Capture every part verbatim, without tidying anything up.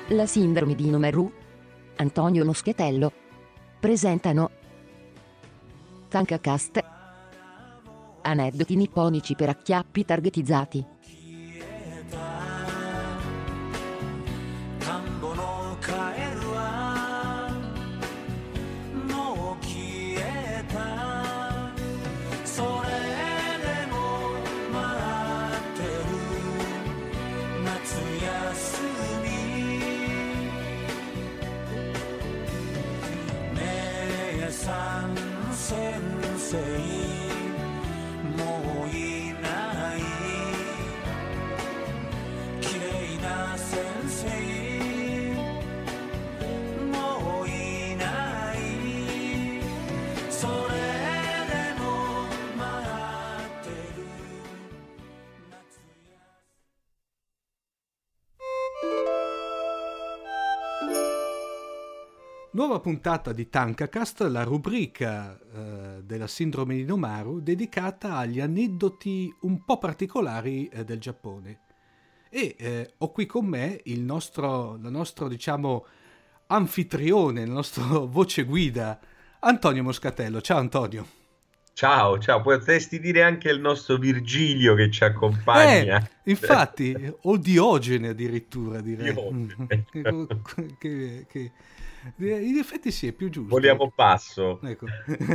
La sindrome di Nomaru, Antonio Moschetello presentano Tankacast. Aneddoti nipponici per acchiappi targetizzati. Nuova puntata di Tankacast, la rubrica eh, della sindrome di Nomaru dedicata agli aneddoti un po' particolari eh, del Giappone. E eh, ho qui con me il nostro, il nostro diciamo, anfitrione, il nostro voce guida, Antonio Moscatello. Ciao Antonio. Ciao, ciao, potresti dire anche il nostro Virgilio che ci Eh, accompagna. infatti, o Diogene addirittura direi. Diogene. che, che, in effetti sì, è più giusto. Voliamo basso. Ecco.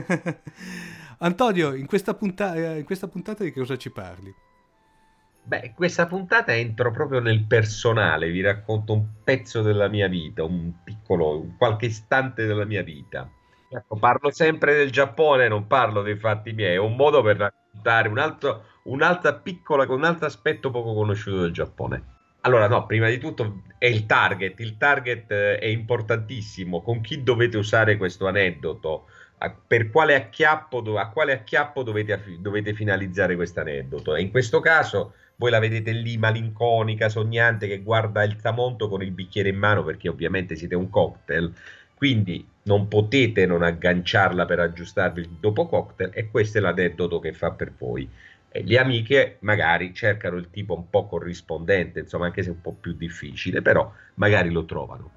Antonio, in questa, punta- in questa puntata di che cosa ci parli? Beh, questa puntata entro proprio nel personale, vi racconto un pezzo della mia vita, un piccolo, un qualche istante della mia vita. Ecco, parlo sempre del Giappone, non parlo dei fatti miei, è un modo per raccontare un altro, un'altra piccola, un altro aspetto poco conosciuto del Giappone. Allora, no, prima di tutto è il target. Il target eh, è importantissimo. Con chi dovete usare questo aneddoto? A, per quale acchiappo, do- a quale acchiappo dovete, affi- dovete finalizzare questo aneddoto? E in questo caso voi la vedete lì malinconica, sognante, che guarda il tramonto con il bicchiere in mano perché ovviamente siete un cocktail. Quindi non potete non agganciarla per aggiustarvi il dopo cocktail e questo è l'aneddoto che fa per voi. E le amiche magari cercano il tipo un po' corrispondente, insomma, anche se un po' più difficile, però magari lo trovano.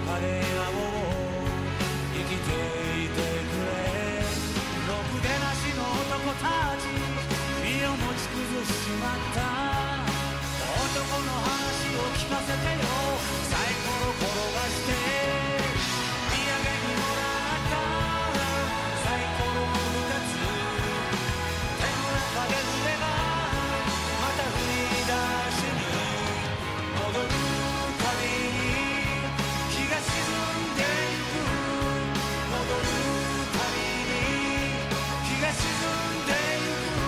晴れ顔を生きていてくれ。ろくでなしの男たち身を持ち崩しまった。男の話を聞かせてよ。サイコロ転がして土産にもらったサイコロふたつ。手の中で腕がまた振り出しに戻るたびに日が沈んでゆく。戻るたびに日が沈んでゆく。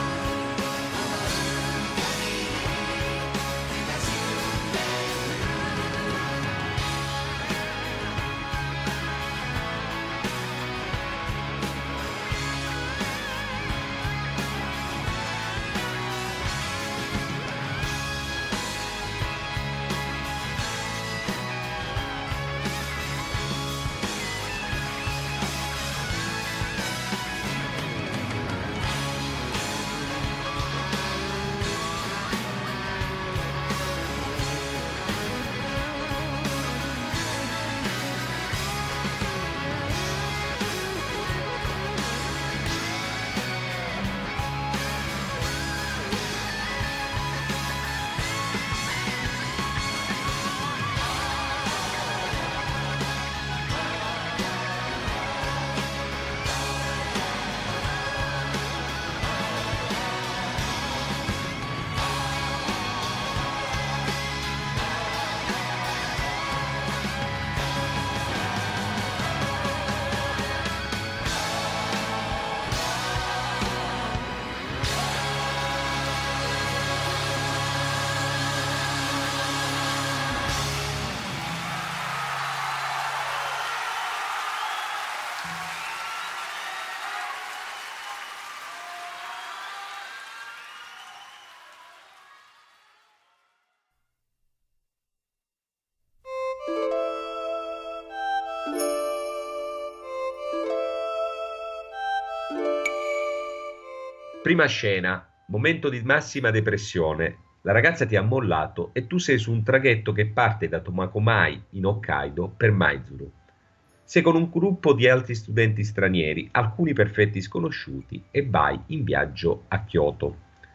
Prima scena, momento di massima depressione. La ragazza ti ha mollato e tu sei su un traghetto che parte da Tomakomai in Hokkaido per Maizuru. Sei con un gruppo di altri studenti stranieri, alcuni perfetti sconosciuti, e vai in viaggio a Kyoto.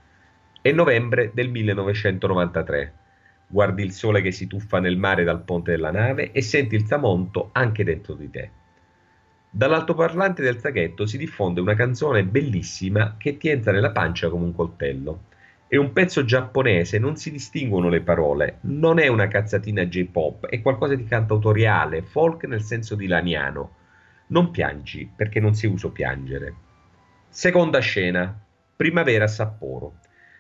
È novembre del millenovecentonovantatré. Guardi il sole che si tuffa nel mare dal ponte della nave e senti il tramonto anche dentro di te. Dall'altoparlante del traghetto si diffonde una canzone bellissima che ti entra nella pancia come un coltello. È un pezzo giapponese, non si distinguono le parole, non è una cazzatina J-pop, è qualcosa di cantautoriale, folk nel senso di laniano. Non piangi, perché non si usa piangere. Seconda scena, primavera a Sapporo.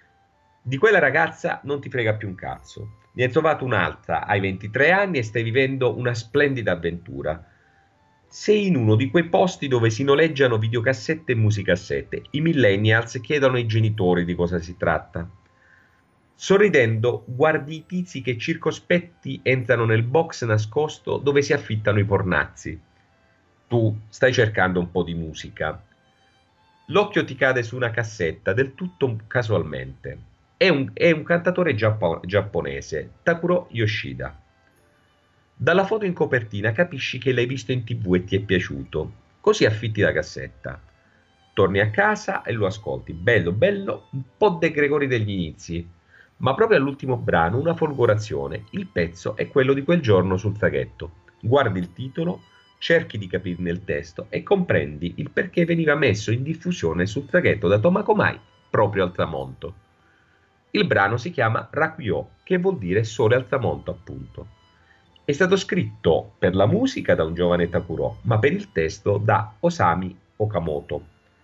Di quella ragazza non ti frega più un cazzo. Ne hai trovato un'altra, hai ventitré anni e stai vivendo una splendida avventura. Sei in uno di quei posti dove si noleggiano videocassette e musicassette. I millennials chiedono ai genitori di cosa si tratta. Sorridendo, guardi i tizi che circospetti entrano nel box nascosto dove si affittano i pornazzi. Tu stai cercando un po' di musica. L'occhio ti cade su una cassetta del tutto casualmente. È un, è un cantatore giappo- giapponese, Takuro Yoshida. Dalla foto in copertina capisci che l'hai visto in tv e ti è piaciuto, così affitti la cassetta. Torni a casa e lo ascolti, bello bello, un po' De Gregori degli inizi, ma proprio all'ultimo brano una folgorazione, il pezzo è quello di quel giorno sul traghetto. Guardi il titolo, cerchi di capirne il testo e comprendi il perché veniva messo in diffusione sul traghetto da Tomakomai proprio al tramonto. Il brano si chiama Rakuyo, che vuol dire sole al tramonto appunto. È stato scritto per la musica da un giovane Takuro, ma per il testo da Osami Okamoto.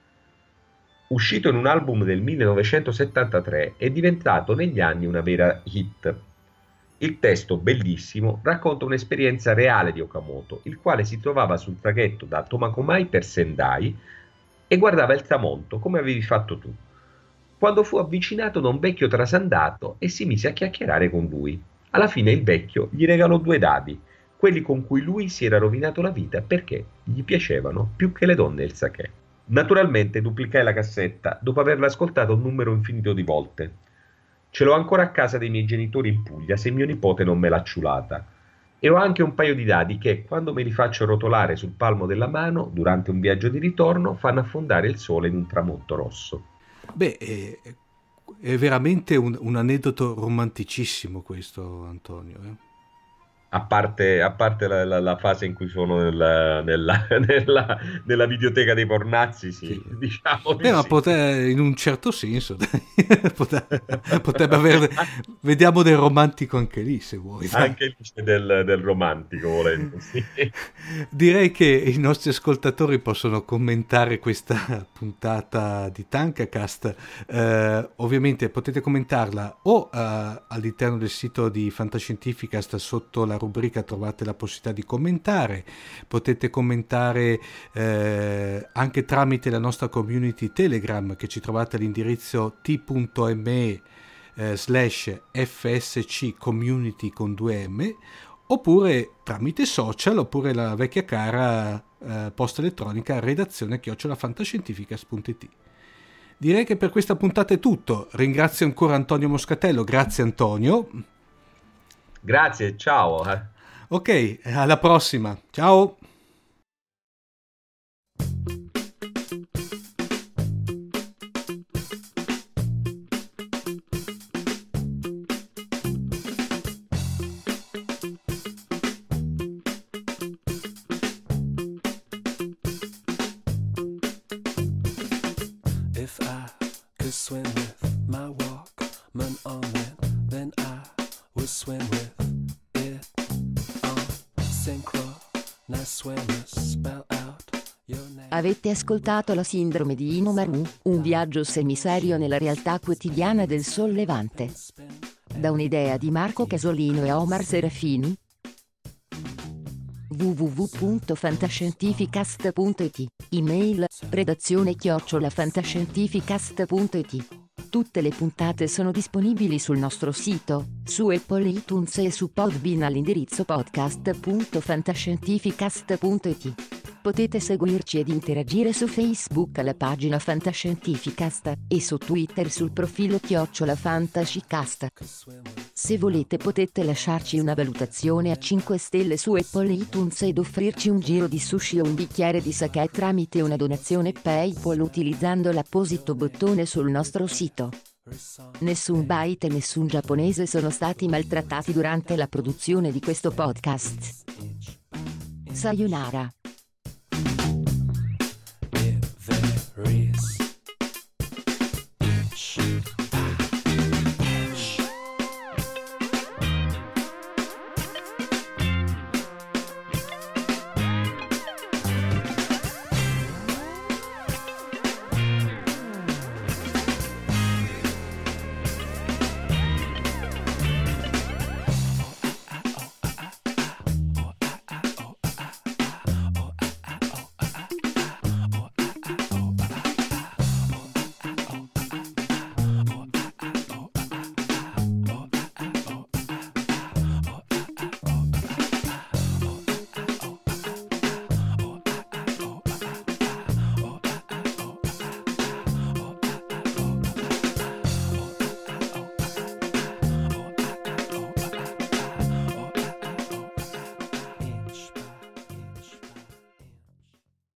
Uscito in un album del millenovecentosettantatré, è diventato negli anni una vera hit. Il testo, bellissimo, racconta un'esperienza reale di Okamoto, il quale si trovava sul traghetto da Tomakomai per Sendai e guardava il tramonto, come avevi fatto tu, quando fu avvicinato da un vecchio trasandato e si mise a chiacchierare con lui. Alla fine il vecchio gli regalò due dadi, quelli con cui lui si era rovinato la vita perché gli piacevano più che le donne e il sakè. Naturalmente duplicai la cassetta dopo averla ascoltata un numero infinito di volte. Ce l'ho ancora a casa dei miei genitori in Puglia se mio nipote non me l'ha ciulata. E ho anche un paio di dadi che, quando me li faccio rotolare sul palmo della mano durante un viaggio di ritorno, fanno affondare il sole in un tramonto rosso. Beh, è, è veramente un, un aneddoto romanticissimo questo, Antonio. Eh? A parte, a parte la, la- la fase in cui sono nella, nella- nella- nella videoteca dei pornazzi, sì, Sì. diciamo di Beh, ma sì. pote- in un certo senso, dai. Pote- potrebbe avere... Vediamo del romantico anche lì, se vuoi. dai. Anche lì c'è del, del romantico, volendo, sì. Direi che i nostri ascoltatori possono commentare questa puntata di Tankacast. Eh, ovviamente potete commentarla o eh, all'interno del sito di Fantascientificast, sotto la rubrica trovate la possibilità di commentare. Potete commentare eh, anche tramite la nostra community Telegram, che ci trovate all'indirizzo t.me eh, slash fsc community con due m, oppure tramite social, oppure la vecchia cara eh, posta elettronica redazione chiocciola fantascientificast punto it. Direi che per questa puntata è tutto. Ringrazio ancora Antonio Moscatello. Grazie Antonio. Grazie, ciao. Ok, alla prossima. Ciao. If I could swim with my Walkman on it, then I would swim with it on synchro. Nice swimmers, spell out your name. Avete ascoltato La sindrome di Inomaru, un viaggio semiserio nella realtà quotidiana del Sol Levante. Da un'idea di Marco Casolino e Omar Serafini. w w w punto fantascientificast punto it. Email redazione chiocciola fantascientificast punto it. Tutte le puntate sono disponibili sul nostro sito, su Apple iTunes e su Podbean all'indirizzo podcast punto fantascientificast punto it. Potete seguirci ed interagire su Facebook alla pagina Fantascientificast e su Twitter sul profilo chiocciola Fantascicast. Se volete potete lasciarci una valutazione a cinque stelle su Apple iTunes ed offrirci un giro di sushi o un bicchiere di sake tramite una donazione PayPal utilizzando l'apposito bottone sul nostro sito. Nessun byte e nessun giapponese sono stati maltrattati durante la produzione di questo podcast. Sayonara. If there is